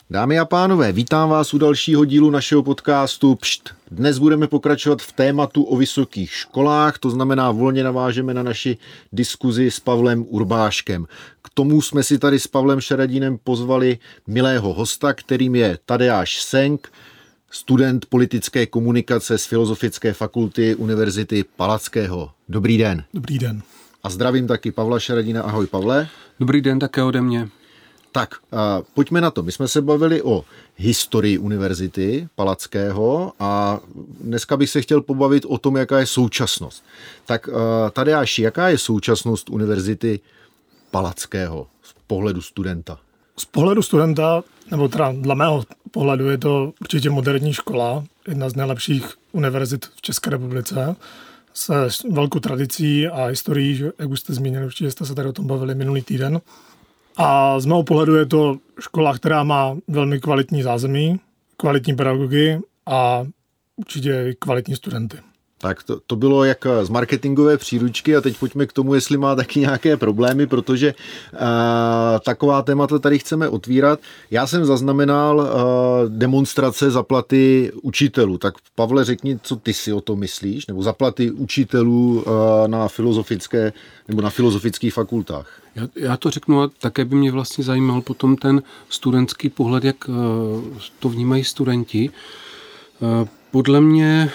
Dámy a pánové, vítám vás u dalšího dílu našeho podcastu Pšt. Dnes budeme pokračovat v tématu o vysokých školách, to znamená volně navážeme na naši diskuzi s Pavlem Urbáškem. K tomu jsme si tady s Pavlem Šaradínem pozvali milého hosta, kterým je Tadeáš Senk, student politické komunikace z Filozofické fakulty Univerzity Palackého. Dobrý den. Dobrý den. A zdravím taky Pavla Šaradína. Ahoj, Pavle. Dobrý den také ode mě. Tak, pojďme na to. My jsme se bavili o historii Univerzity Palackého a dneska bych se chtěl pobavit o tom, jaká je současnost. Tak Tadeáši, jaká je současnost Univerzity Palackého z pohledu studenta? Z pohledu studenta, nebo teda dle mého pohledu, je to určitě moderní škola, jedna z nejlepších univerzit v České republice, se velkou tradicí a historií, jak už jste zmínili, určitě jste se tady o tom bavili minulý týden. A z mého pohledu je to škola, která má velmi kvalitní zázemí, kvalitní pedagogy a určitě kvalitní studenty. Tak to bylo jak z marketingové příručky a teď pojďme k tomu, jestli má taky nějaké problémy, protože taková témata tady chceme otvírat. Já jsem zaznamenal demonstrace za platy učitelů. Tak Pavle, řekni, co ty si o tom myslíš, nebo za platy učitelů na filozofické nebo na filozofických fakultách. Já to řeknu a také by mě vlastně zajímal potom ten studentský pohled, jak to vnímají studenti. Podle mě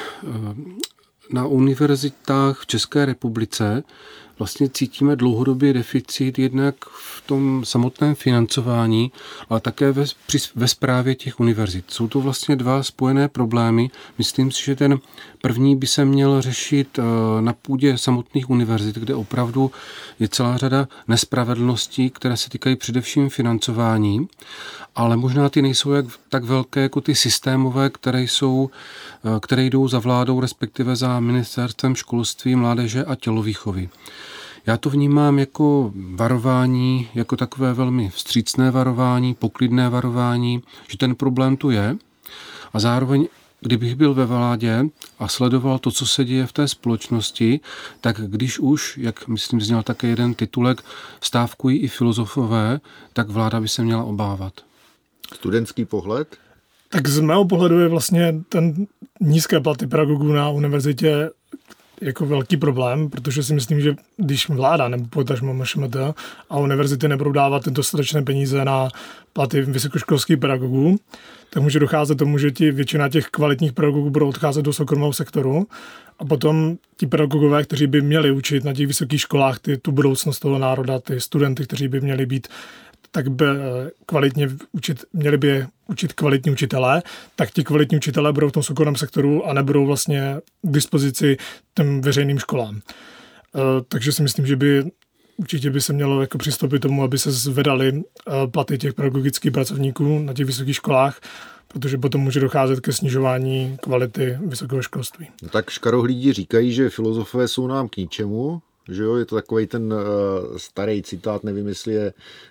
na univerzitách v České republice vlastně cítíme dlouhodobě deficit jednak v tom samotném financování, ale také ve správě těch univerzit. Jsou to vlastně dva spojené problémy. Myslím si, že ten první by se měl řešit na půdě samotných univerzit, kde opravdu je celá řada nespravedlností, které se týkají především financování, ale možná ty nejsou tak velké jako ty systémové, které jdou za vládou, respektive za ministerstvem školství, mládeže a tělovýchovy. Já to vnímám jako varování, jako takové velmi vstřícné varování, poklidné varování, že ten problém tu je a zároveň, kdybych byl ve vládě a sledoval to, co se děje v té společnosti, tak když už, jak myslím zněl také jeden titulek, stávkují i filozofové, tak vláda by se měla obávat. Studentský pohled? Tak z mého pohledu je vlastně ten nízké platy pedagogů na univerzitě jako velký problém, protože si myslím, že když vláda nebo potažmo MŠMT a univerzity nebudou dávat dostatečné peníze na platy vysokoškolských pedagogů, tak může docházet tomu, že většina těch kvalitních pedagogů budou odcházet do soukromého sektoru a potom ti pedagogové, kteří by měli učit na těch vysokých školách tu budoucnost toho národa, ty studenty, kteří by měli být tak by kvalitně měli by učit kvalitní učitelé, tak ti kvalitní učitelé budou v tom soukromém sektoru a nebudou vlastně k dispozici těm veřejným školám. Takže si myslím, že určitě by se mělo jako přistoupit tomu, aby se zvedaly platy těch pedagogických pracovníků na těch vysokých školách, protože potom může docházet ke snižování kvality vysokého školství. No tak škarohlídi říkají, že filozofové jsou nám k ničemu, že jo, je to takový ten starý citát, nevím, jestli je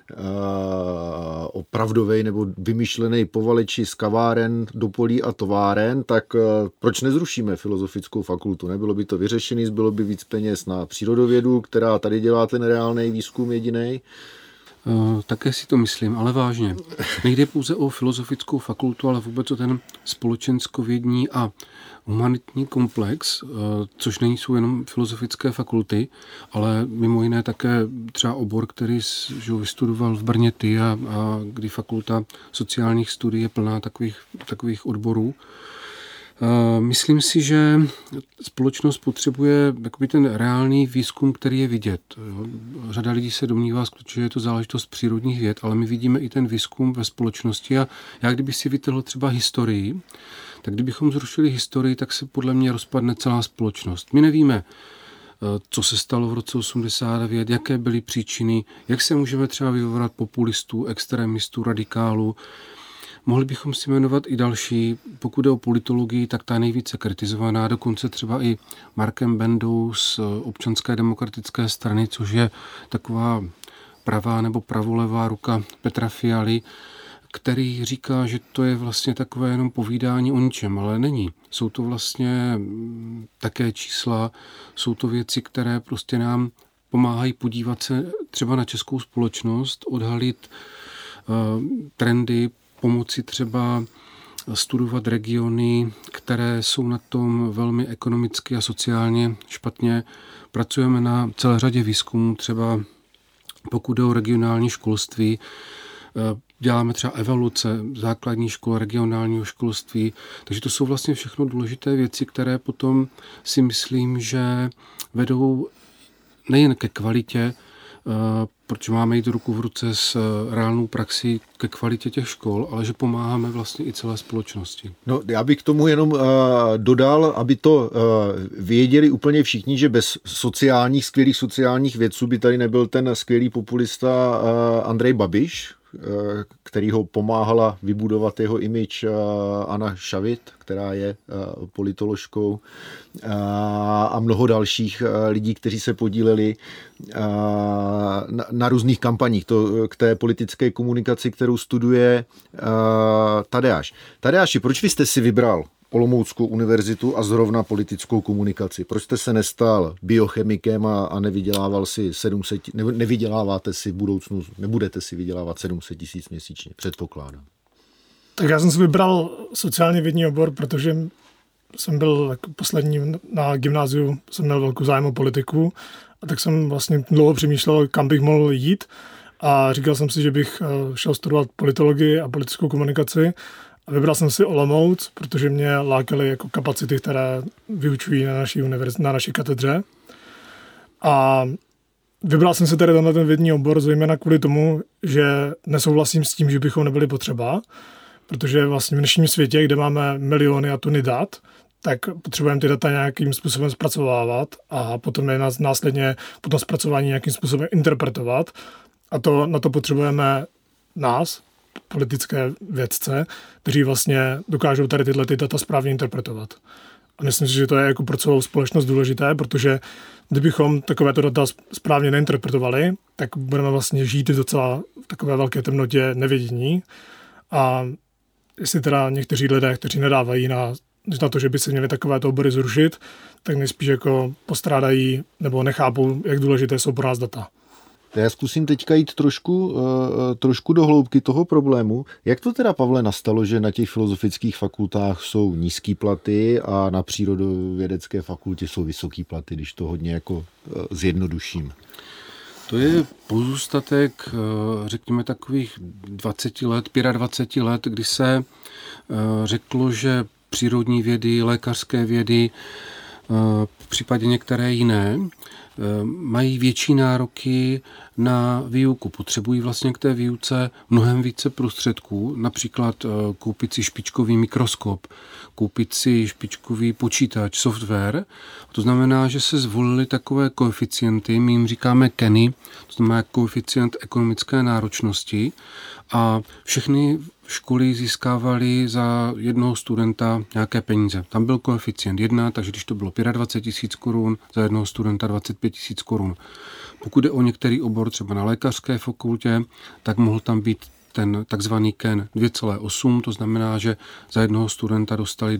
opravdovej nebo vymyšlený povaleči z kaváren do polí a továren, tak proč nezrušíme filozofickou fakultu? Nebylo by to vyřešený, zbylo by víc peněz na přírodovědu, která tady dělá ten reálný výzkum jedinej? Také si to myslím, ale vážně. Nejde pouze o filozofickou fakultu, ale vůbec o ten společenskovědní a humanitní komplex, což nejsou jenom filozofické fakulty, ale mimo jiné také třeba obor, který vystudoval v Brně ty a kdy fakulta sociálních studií je plná takových odborů. Myslím si, že společnost potřebuje jakoby ten reálný výzkum, který je vidět. Řada lidí se domnívá, že je to záležitost přírodních věd, ale my vidíme i ten výzkum ve společnosti a já kdybych si vytrhl třeba historii, tak kdybychom zrušili historii, tak se podle mě rozpadne celá společnost. My nevíme, co se stalo v roce 89, jaké byly příčiny, jak se můžeme třeba vyvolat populistů, extremistů, radikálů. Mohli bychom si jmenovat i další, pokud jde o politologii, tak ta je nejvíce kritizovaná, dokonce třeba i Markem Bendou z Občanské demokratické strany, což je taková pravá nebo pravolevá ruka Petra Fialy, který říká, že to je vlastně takové jenom povídání o ničem, ale není. Jsou to vlastně také čísla, jsou to věci, které prostě nám pomáhají podívat se třeba na českou společnost, odhalit trendy, pomoci třeba studovat regiony, které jsou na tom velmi ekonomicky a sociálně špatně. Pracujeme na celé řadě výzkumů, třeba pokud jde o regionální školství, děláme třeba evoluce základní škol, regionálního školství, takže to jsou vlastně všechno důležité věci, které potom si myslím, že vedou nejen ke kvalitě, protože máme jít ruku v ruce s reálnou praxí ke kvalitě těch škol, ale že pomáháme vlastně i celé společnosti. No, já bych k tomu jenom dodal, aby to věděli úplně všichni, že bez skvělých sociálních vědců by tady nebyl ten skvělý populista Andrej Babiš, který ho pomáhala vybudovat jeho image Anna Šavit, která je politoložkou, a mnoho dalších lidí, kteří se podíleli na různých kampaních k té politické komunikaci, kterou studuje Tadeáš. Tadeáši, proč vy jste si vybral Olomouckou univerzitu a zrovna politickou komunikaci? Proč jste se nestal biochemikem a nevydělával si nevyděláváte si v budoucnu, nebudete si vydělávat 700 000 měsíčně, předpokládám. Tak já jsem si vybral sociálně vědní obor, protože jsem byl poslední na gymnáziu, jsem měl velkou zájem o politiku a tak jsem vlastně dlouho přemýšlel, kam bych mohl jít a říkal jsem si, že bych šel studovat politologii a politickou komunikaci. A vybral jsem si Olomouc, protože mě lákaly jako kapacity, které vyučují na naší katedře. A vybral jsem si tady ten vědní obor zejména kvůli tomu, že nesouhlasím s tím, že bychom nebyli potřeba, protože vlastně v dnešním světě, kde máme miliony a tuny dat, tak potřebujeme ty data nějakým způsobem zpracovávat a potom je následně po tom zpracování nějakým způsobem interpretovat. A na to potřebujeme nás, politické vědce, kteří vlastně dokážou tady tyhle data správně interpretovat. A myslím si, že to je jako pro celou společnost důležité, protože kdybychom takovéto data správně neinterpretovali, tak budeme vlastně žít docela v takové velké temnotě nevědění. A jestli teda někteří lidé, kteří nedávají na to, že by se měli takovéto obory zrušit, tak nejspíš jako postrádají nebo nechápou, jak důležité jsou pro nás data. Já zkusím teďka jít trošku do hloubky toho problému. Jak to teda, Pavle, nastalo, že na těch filozofických fakultách jsou nízký platy a na přírodovědecké fakultě jsou vysoký platy, když to hodně jako zjednoduším? To je pozůstatek, řekněme, takových 20 let, 25 let, kdy se řeklo, že přírodní vědy, lékařské vědy, v případě některé jiné, mají větší nároky na výuku. Potřebují vlastně k té výuce mnohem více prostředků, například koupit si špičkový mikroskop, koupit si špičkový počítač, software. To znamená, že se zvolily takové koeficienty, my jim říkáme KENy, to znamená koeficient ekonomické náročnosti, a všechny školy získávaly za jednoho studenta nějaké peníze. Tam byl koeficient 1, takže když to bylo 25 000 korun, za jednoho studenta 25 000 korun. Pokud jde o některý obor, třeba na lékařské fakultě, tak mohl tam být ten takzvaný KEN 2,8, to znamená, že za jednoho studenta dostali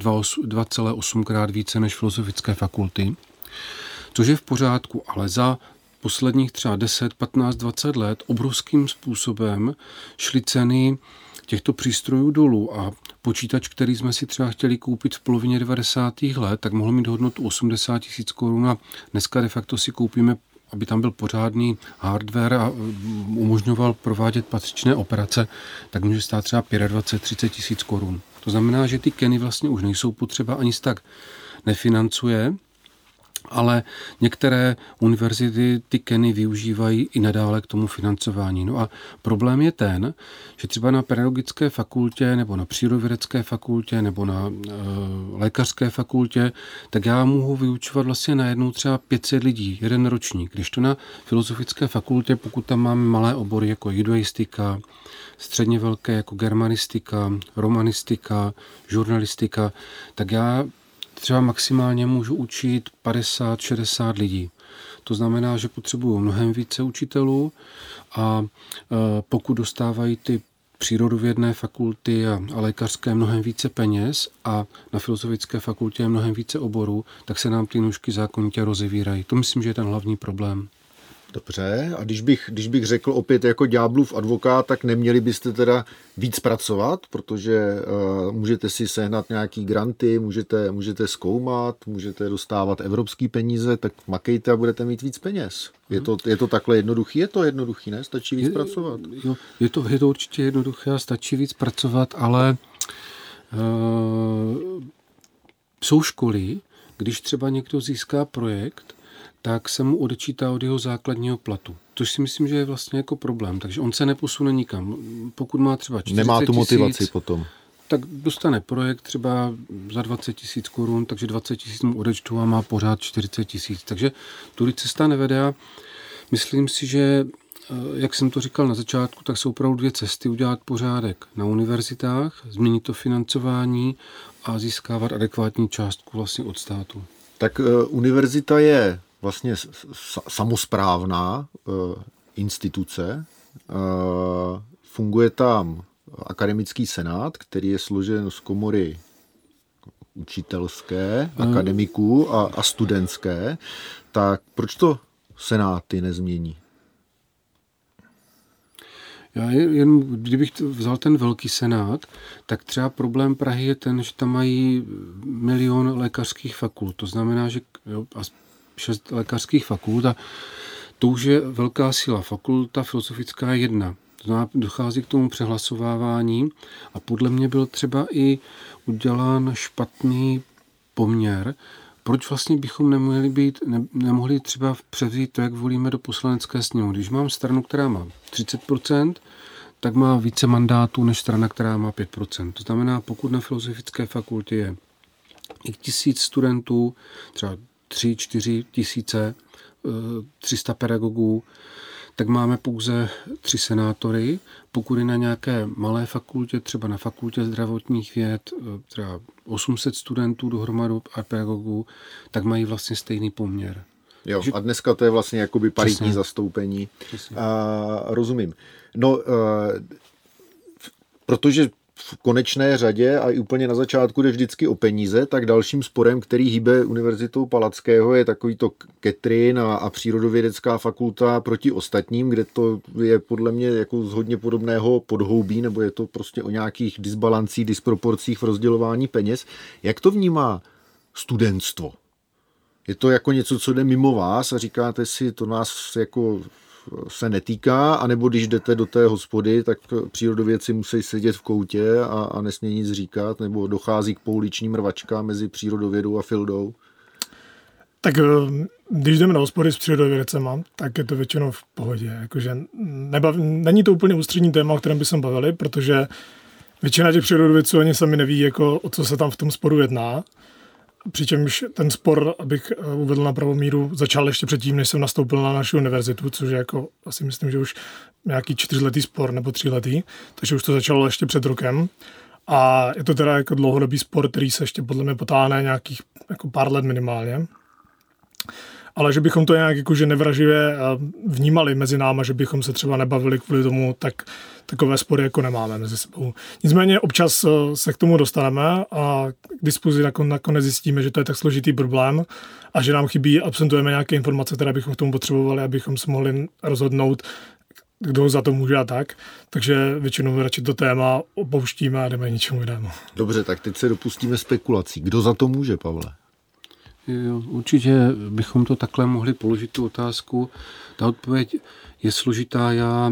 2,8 krát více než filozofické fakulty, což je v pořádku, ale za posledních třeba 10, 15, 20 let obrovským způsobem šly ceny těchto přístrojů dolů a počítač, který jsme si třeba chtěli koupit v polovině 90. let, tak mohl mít hodnotu 80 000 korun a dneska de facto si koupíme, aby tam byl pořádný hardware a umožňoval provádět patřičné operace, tak může stát třeba 25-30 000 korun. To znamená, že ty KENy vlastně už nejsou potřeba, ani se tak nefinancuje, ale některé univerzity ty KENy využívají i nadále k tomu financování. No a problém je ten, že třeba na pedagogické fakultě nebo na přírodovědecké fakultě nebo na lékařské fakultě, tak já mohu vyučovat vlastně najednou třeba 500 lidí, jeden ročník. Když to na filozofické fakultě, pokud tam máme malé obory jako judaistika, středně velké jako germanistika, romanistika, žurnalistika, tak já třeba maximálně můžu učit 50-60 lidí. To znamená, že potřebuju mnohem více učitelů a pokud dostávají ty přírodovědné fakulty a lékařské mnohem více peněz a na filozofické fakultě mnohem více oborů, tak se nám ty nůžky zákonitě rozevírají. To myslím, že je ten hlavní problém. Dobře, a když bych řekl opět jako ďáblův advokát, tak neměli byste teda víc pracovat, protože můžete si sehnat nějaký granty, můžete zkoumat, můžete dostávat evropský peníze, tak makejte a budete mít víc peněz. Je to takhle jednoduchý? Je to jednoduchý, ne? Stačí víc pracovat? Jo, je to určitě jednoduché a stačí víc pracovat, ale jsou školy, když třeba někdo získá projekt, tak se mu odečítá od jeho základního platu. Což si myslím, že je vlastně jako problém. Takže on se neposune nikam. Pokud má třeba 40 000, nemá tu motivaci potom. Tak dostane projekt třeba za 20 000 korun, takže 20 000 mu odečtou a má pořád 40 000. Takže tudy cesta nevede a myslím si, že jak jsem to říkal na začátku, tak jsou opravdu dvě cesty: udělat pořádek na univerzitách, změnit to financování a získávat adekvátní částku vlastně od státu. Tak univerzita je vlastně samosprávná instituce. Funguje tam akademický senát, který je složen z komory učitelské, akademiků a studentské. Tak proč to senáty nezmění? Já jen, kdybych vzal ten velký senát, tak třeba problém Prahy je ten, že tam mají 1 000 000 lékařských fakult. To znamená, že 6 lékařských fakult a to už je velká síla. Fakulta filozofická je 1. To znamená, dochází k tomu přehlasovávání a podle mě byl třeba i udělán špatný poměr. Proč vlastně bychom nemohli třeba převzít to, jak volíme do poslanecké sněmovny? Když mám stranu, která má 30%, tak má více mandátů než strana, která má 5%. To znamená, pokud na filozofické fakultě je 1000 studentů, třeba 3-4 tisíce, 300 pedagogů, tak máme pouze 3 senátory. Pokud je na nějaké malé fakultě, třeba na fakultě zdravotních věd, třeba 800 studentů dohromady a pedagogů, tak mají vlastně stejný poměr. Jo, a dneska to je vlastně jakoby paritní zastoupení. Rozumím. No, protože v konečné řadě a i úplně na začátku jde vždycky o peníze, tak dalším sporem, který hýbe Univerzitou Palackého, je takovýto Ketrin a přírodovědecká fakulta proti ostatním, kde to je podle mě jako z hodně podobného podhoubí, nebo je to prostě o nějakých disbalancích, disproporcích v rozdělování peněz. Jak to vnímá studentstvo? Je to jako něco, co jde mimo vás a říkáte si, to nás jako se netýká, anebo když jdete do té hospody, tak přírodovědci musí sedět v koutě a nesmí nic říkat, nebo dochází k pouličním rvačkám mezi přírodovědou a fildou? Tak když jdeme na hospody s přírodovědcema, tak je to většinou v pohodě. Jakože není to úplně ústřední téma, o kterém bychom bavili, protože většina těch přírodovědců ani sami neví, jako, o co se tam v tom sporu jedná. Přičemž ten spor, abych uvedl na pravou míru, začal ještě předtím, než jsem nastoupil na naši univerzitu, což je jako asi myslím, že už nějaký 4letý spor nebo 3letý, takže už to začalo ještě před rokem. A je to teda jako dlouhodobý spor, který se ještě podle mě potáhne nějakých jako pár let minimálně. Ale že bychom to nějak jakože nevraživě vnímali mezi náma, že bychom se třeba nebavili kvůli tomu, tak takové spory jako nemáme mezi sebou. Nicméně občas se k tomu dostaneme a k diskuzi nakonec zjistíme, že to je tak složitý problém a že nám chybí, absentujeme nějaké informace, které bychom k tomu potřebovali, abychom se mohli rozhodnout, kdo za to může a tak. Takže většinou radši to téma opouštíme a jdeme něčemu jinému. Dobře, tak teď se dopustíme spekulací. Kdo za to může, Pavle? Jo, určitě bychom to takhle mohli položit tu otázku. Ta odpověď je složitá. Já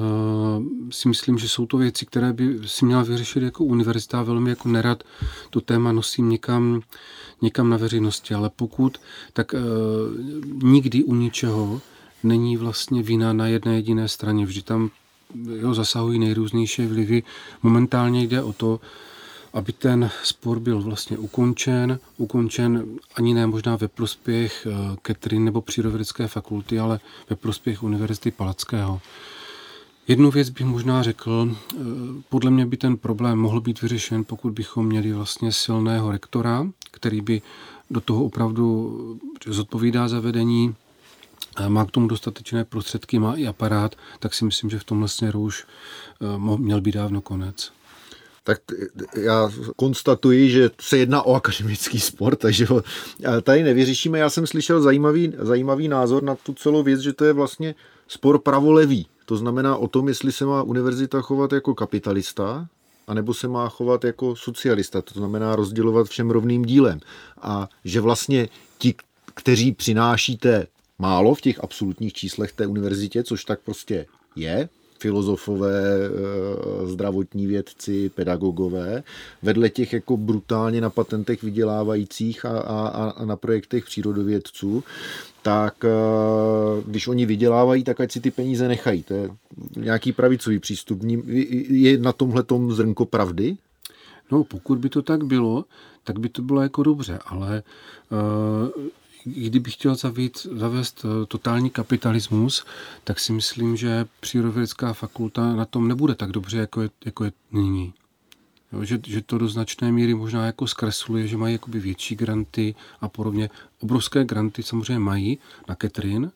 si myslím, že jsou to věci, které by si měla vyřešit jako univerzita. Velmi jako nerad to téma nosím někam na veřejnosti, ale pokud, tak nikdy u ničeho není vlastně vina na jedné jediné straně. Vždy tam zasahují nejrůznější vlivy. Momentálně jde o to, aby ten spor byl vlastně ukončen ani ne možná ve prospěch Ketrin nebo přírodovědecké fakulty, ale ve prospěch Univerzity Palackého. Jednu věc bych možná řekl, podle mě by ten problém mohl být vyřešen, pokud bychom měli vlastně silného rektora, který by do toho opravdu zodpovídá za vedení, má k tomu dostatečné prostředky, má i aparát, tak si myslím, že v tomhle směru už měl být dávno konec. Tak já konstatuji, že se jedná o akademický sport, takže ho tady nevyřešíme. Já jsem slyšel zajímavý názor na tu celou věc, že to je vlastně spor pravolevý. To znamená o tom, jestli se má univerzita chovat jako kapitalista, anebo se má chovat jako socialista. To znamená rozdělovat všem rovným dílem. A že vlastně ti, kteří přinášíte málo v těch absolutních číslech té univerzitě, což tak prostě je, filozofové, zdravotní vědci, pedagogové, vedle těch jako brutálně na patentech vydělávajících a na projektech přírodovědců, tak když oni vydělávají, tak ať si ty peníze nechají. To je nějaký pravicový přístup. Je na tomhletom zrnko pravdy? No, pokud by to tak bylo, tak by to bylo jako dobře, ale kdybych chtěl zavést totální kapitalismus, tak si myslím, že přírodovědecká fakulta na tom nebude tak dobře, jako je nyní. Jo, že to do značné míry možná jako zkresluje, že mají jakoby větší granty a podobně. Obrovské granty samozřejmě mají na Catherine.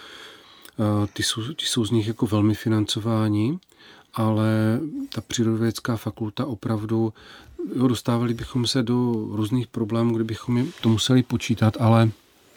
Ty jsou z nich jako velmi financováni, ale ta přírodovědecká fakulta opravdu, dostávali bychom se do různých problémů, kdybychom to museli počítat, ale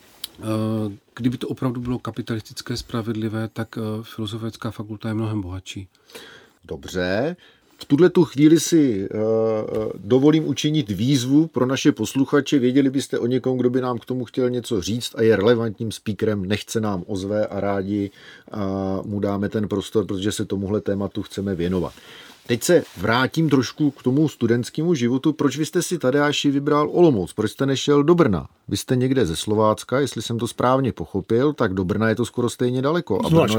kdyby to opravdu bylo kapitalistické, spravedlivé, tak filozofická fakulta je mnohem bohatší. Dobře. V tuhletu chvíli si dovolím učinit výzvu pro naše posluchače. Věděli byste o někom, kdo by nám k tomu chtěl něco říct a je relevantním speakerem, nechce nám ozve a rádi mu dáme ten prostor, protože se tomuhle tématu chceme věnovat. Teď se vrátím trošku k tomu studentskému životu. Proč vy jste si, Tadeáši, vybral Olomouc? Proč jste nešel do Brna? Vy jste někde ze Slovácka, jestli jsem to správně pochopil, tak do Brna je to skoro stejně daleko.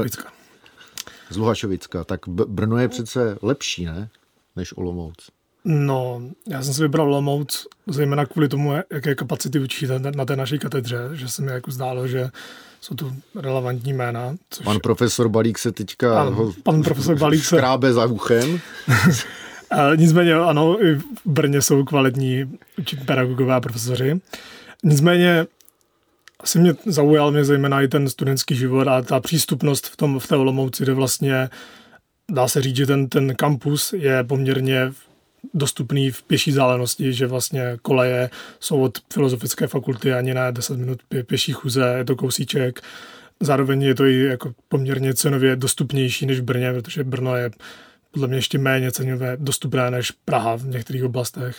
Z Luhačovicka. Tak Brno je přece lepší, ne? Než Olomouc. No, já jsem si vybral Olomouc zejména kvůli tomu, jaké kapacity učí na té naší katedře, že se mi jako zdálo, že jsou tu relevantní jména. Pan profesor Balík se teďka pan profesor Balík škrábe za uchem. Nicméně ano, i v Brně jsou kvalitní pedagogové a profesoři. Nicméně asi mě zaujal zejména i ten studentský život a ta přístupnost v té Olomouci, kde vlastně dá se říct, že ten kampus je poměrně dostupný v pěší vzdálenosti, že vlastně koleje jsou od filozofické fakulty ani ne 10 minut pěší chůze, je to kousíček. Zároveň je to i jako poměrně cenově dostupnější než v Brně, protože Brno je podle mě ještě méně cenově dostupné než Praha v některých oblastech.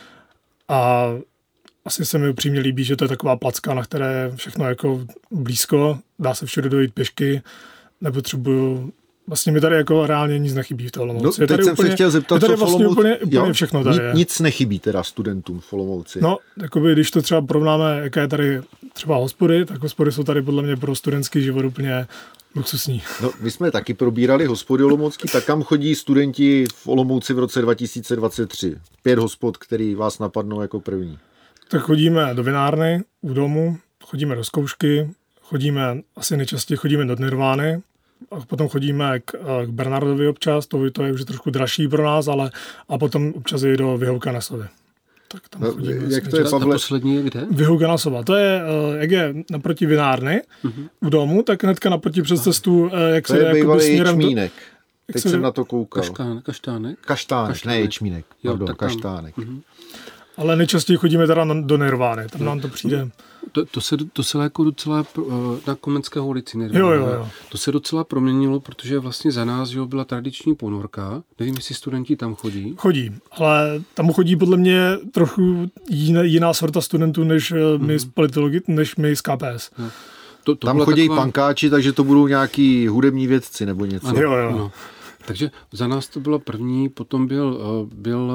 A asi se mi upřímně líbí, že to je taková placka, na které je všechno jako blízko, dá se všude dojít pěšky, nepotřebuju. Vlastně mi tady jako reálně nic nechybí v té Olomouci. No, teď jsem se chtěl zeptat, co vlastně úplně všechno tady je. Nic nechybí teda studentům v Olomouci. No, jakoby, když to třeba porovnáme, jaké je tady třeba hospody, tak hospody jsou tady podle mě pro studentský život úplně luxusní. No, my jsme taky probírali hospody olomoucký, tak kam chodí studenti v Olomouci v roce 2023? 5 hospod, který vás napadnou jako první. Tak chodíme do vinárny, u domu, chodíme do zkoušky, asi nejčastěji chodíme do Nirvány, a potom chodíme k Bernardovi občas, to je už trošku dražší pro nás, a potom občas i do Vyhouka Nesovy. Tak tam chodíme. Jak to je, Pavle? Poslední je kde? Vyhouka Nesova. To je, jak je naproti vinárny u domu, tak hnedka naproti přes cestu, jak to se je bývalý směrem ječmínek. Teď jsem na to koukal. Kaštánek, ne ječmínek. Pardon, kaštánek. Ale nejčastěji chodíme teda do Nirvány, tam nám to přijde. To se jako docela na Komenského ulici Jo. To se docela proměnilo, protože vlastně za nás byla tradiční ponorka. Nevím, jestli studenti tam chodí. Chodí, ale tam chodí podle mě trochu jiná sorta studentů, než my z politologie, než my z KPS. Tam chodí pankáči, takže to budou nějaký hudební vědci nebo něco. Ano, jo. No. Takže za nás to bylo první, potom byl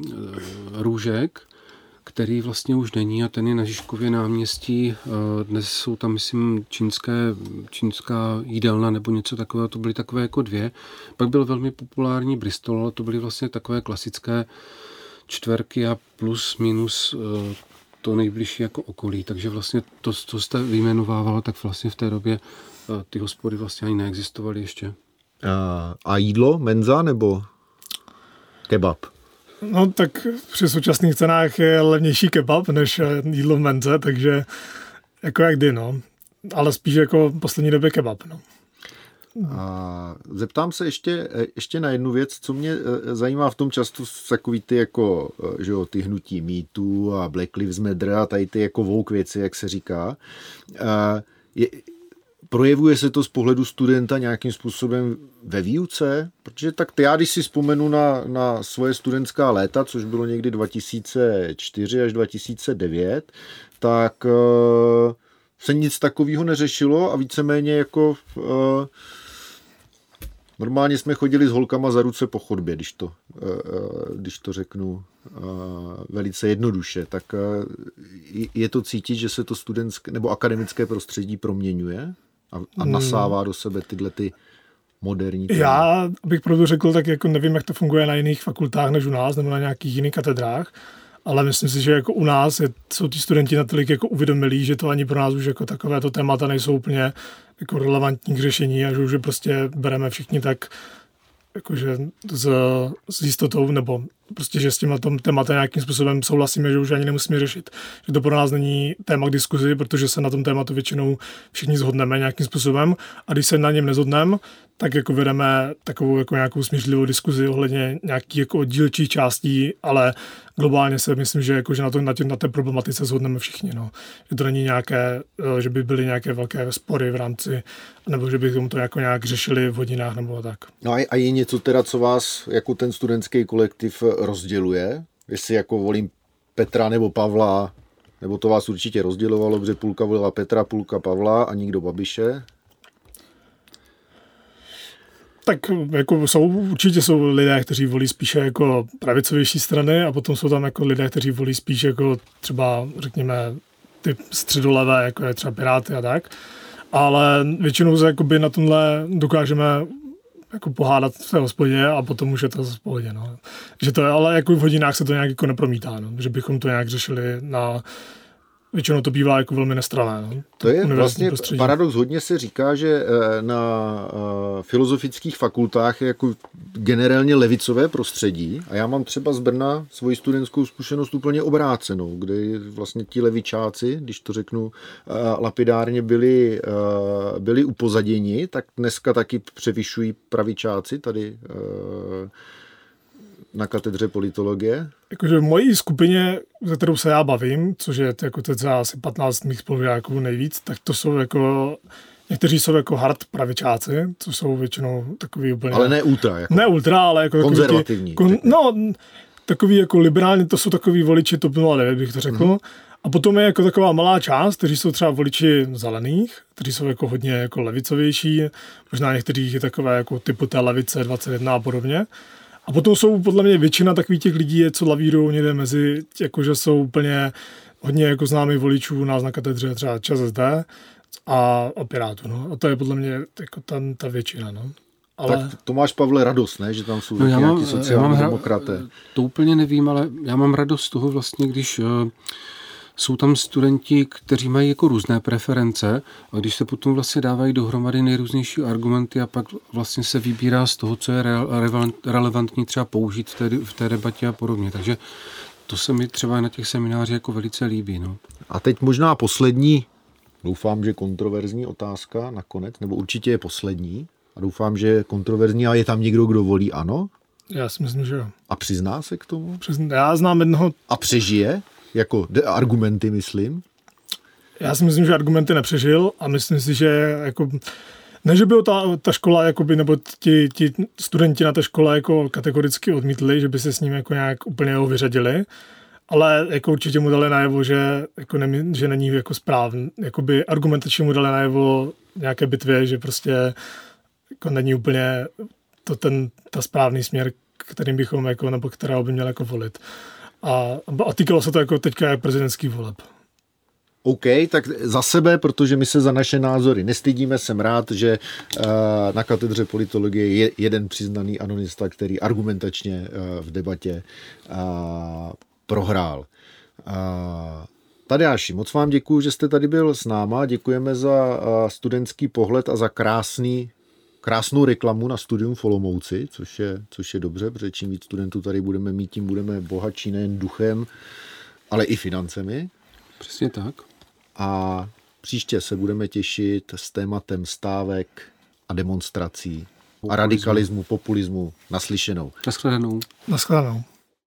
Růžek, který vlastně už není a ten je na Žižkově náměstí. Dnes jsou tam, myslím, čínská jídelna nebo něco takového, to byly takové jako 2. Pak byl velmi populární Bristol, ale to byly vlastně takové klasické čtverky a plus, minus to nejbližší jako okolí. Takže vlastně to, co jste vyjmenovávalo, tak vlastně v té době ty hospody vlastně ani neexistovaly ještě. A jídlo, menza nebo kebab? No tak při současných cenách je levnější kebab než jídlo v menze, takže jako jak kdy, no. Ale spíš jako poslední době kebab, no. A zeptám se ještě na jednu věc, co mě zajímá v tom často takový ty jako, že jo, ty hnutí mýtů a Black Lives Matter a tady ty jako woke věci, jak se říká. Projevuje se to z pohledu studenta nějakým způsobem ve výuce? Protože tak já, když si vzpomenu na svoje studentská léta, což bylo někdy 2004 až 2009, tak se nic takového neřešilo a víceméně jako normálně jsme chodili s holkama za ruce po chodbě, když to řeknu velice jednoduše. Tak je to cítit, že se to studentské nebo akademické prostředí proměňuje a nasává do sebe tyhle ty moderní téma? Já bych pravdu řekl, tak jako nevím, jak to funguje na jiných fakultách než u nás nebo na nějakých jiných katedrách, ale myslím si, že jako u nás jsou ti studenti natolik jako uvědomilí, že to ani pro nás už jako takovéto témata nejsou úplně jako relevantní k řešení a že už je prostě bereme všichni tak jakože s jistotou, nebo prostě, že s tím tématem nějakým způsobem souhlasíme, že už ani nemusíme řešit. Že to pro nás není téma k diskuzi, protože se na tom tématu většinou všichni shodneme nějakým způsobem a když se na něm nezhodneme, tak jako vedeme takovou jako nějakou smířlivou diskuzi ohledně nějakých jako dílčích částí, ale globálně se myslím, že jako, že na té problematice shodneme všichni. No. Že to není nějaké, že by byly nějaké velké spory v rámci, nebo že bychom to jako nějak řešili v hodinách nebo tak. No a je něco teda, co vás jako ten studentský kolektiv rozděluje? Jestli jako volím Petra nebo Pavla, nebo to vás určitě rozdělovalo, protože půlka volila Petra, půlka Pavla a nikdo Babiše? Tak jako určitě jsou lidé, kteří volí spíše jako pravicovější strany a potom jsou tam jako lidé, kteří volí spíš jako třeba, řekněme, ty středolevé, jako je třeba Piráty a tak. Ale většinou se jakoby na tomhle dokážeme jako pohádat v té hospodě a potom už je to v pohodě. No. Že to je, ale jako v hodinách se to nějak jako nepromítá, no. Že bychom to nějak řešili na... Většinou to bývá jako velmi nestranné. No. To je vlastně prostředí. Paradox. Hodně se říká, že na filozofických fakultách je jako generálně levicové prostředí a já mám třeba z Brna svoji studentskou zkušenost úplně obrácenou, kde vlastně ti levičáci, když to řeknu lapidárně, byli upozaděni, tak dneska taky převyšují pravičáci tady na katedře politologie? Jakože v mojí skupině, ze kterou se já bavím, což je jako teď asi 15 mých spolužáků nejvíc, tak to jsou jako, někteří jsou jako hard pravičáci, co jsou většinou takový úplně... Ale ne ultra. Jako ne ultra, ale jako konzervativní. Takový jako liberální, to jsou takový voliči TOP 09, bych to řekl. A potom je jako taková malá část, kteří jsou třeba voliči zelených, kteří jsou jako hodně jako levicovější, možná některých je takové jako typu té levice 21 a podobně. A potom jsou podle mě většina takových těch lidí, co lavírujou někde mezi, jakože jsou úplně hodně jako známých voličů nás na katedře, třeba ČSSD a Pirátů. No. A to je podle mě jako ta většina. No. Ale... Tak to máš, Pavle, radost, ne? Že tam jsou nějaký sociální demokraté. To úplně nevím, ale já mám radost z toho vlastně, když jsou tam studenti, kteří mají jako různé preference a když se potom vlastně dávají dohromady nejrůznější argumenty a pak vlastně se vybírá z toho, co je relevantní třeba použít v té debatě a podobně. Takže to se mi třeba na těch seminářích jako velice líbí. No. A teď možná poslední, doufám, že kontroverzní otázka nakonec, nebo určitě je poslední a doufám, že je kontroverzní, ale je tam někdo, kdo volí ano? Já si myslím, že jo. A přizná se k tomu? Já znám jednoho... A přežije? Jako argumenty, myslím? Já si myslím, že argumenty nepřežil a myslím si, že jako, ne, že by ta škola jakoby, nebo ti studenti na té škole jako kategoricky odmítli, že by se s ním jako nějak úplně ho vyřadili, ale jako určitě mu dali najevo, že, jako že není jako správný, jakoby argumentačně mu dali najevo nějaké bitvě, že prostě jako není úplně ta správný směr, kterým bychom jako, nebo kterého by měl jako volit. A týkalo se to jako teďka prezidentský voleb. OK, tak za sebe, protože my se za naše názory nestydíme, jsem rád, že na katedře politologie je jeden přiznaný anonista, který argumentačně v debatě prohrál. Tadeáši, moc vám děkuju, že jste tady byl s náma, děkujeme za studentský pohled a za krásnou reklamu na studium v Olomouci, což je dobře, protože čím víc studentů tady budeme mít, tím budeme bohatší nejen duchem, ale i financemi. Přesně tak. A příště se budeme těšit s tématem stávek a demonstrací a radikalismu, populismu naslyšenou. Naschledanou. Naschledanou.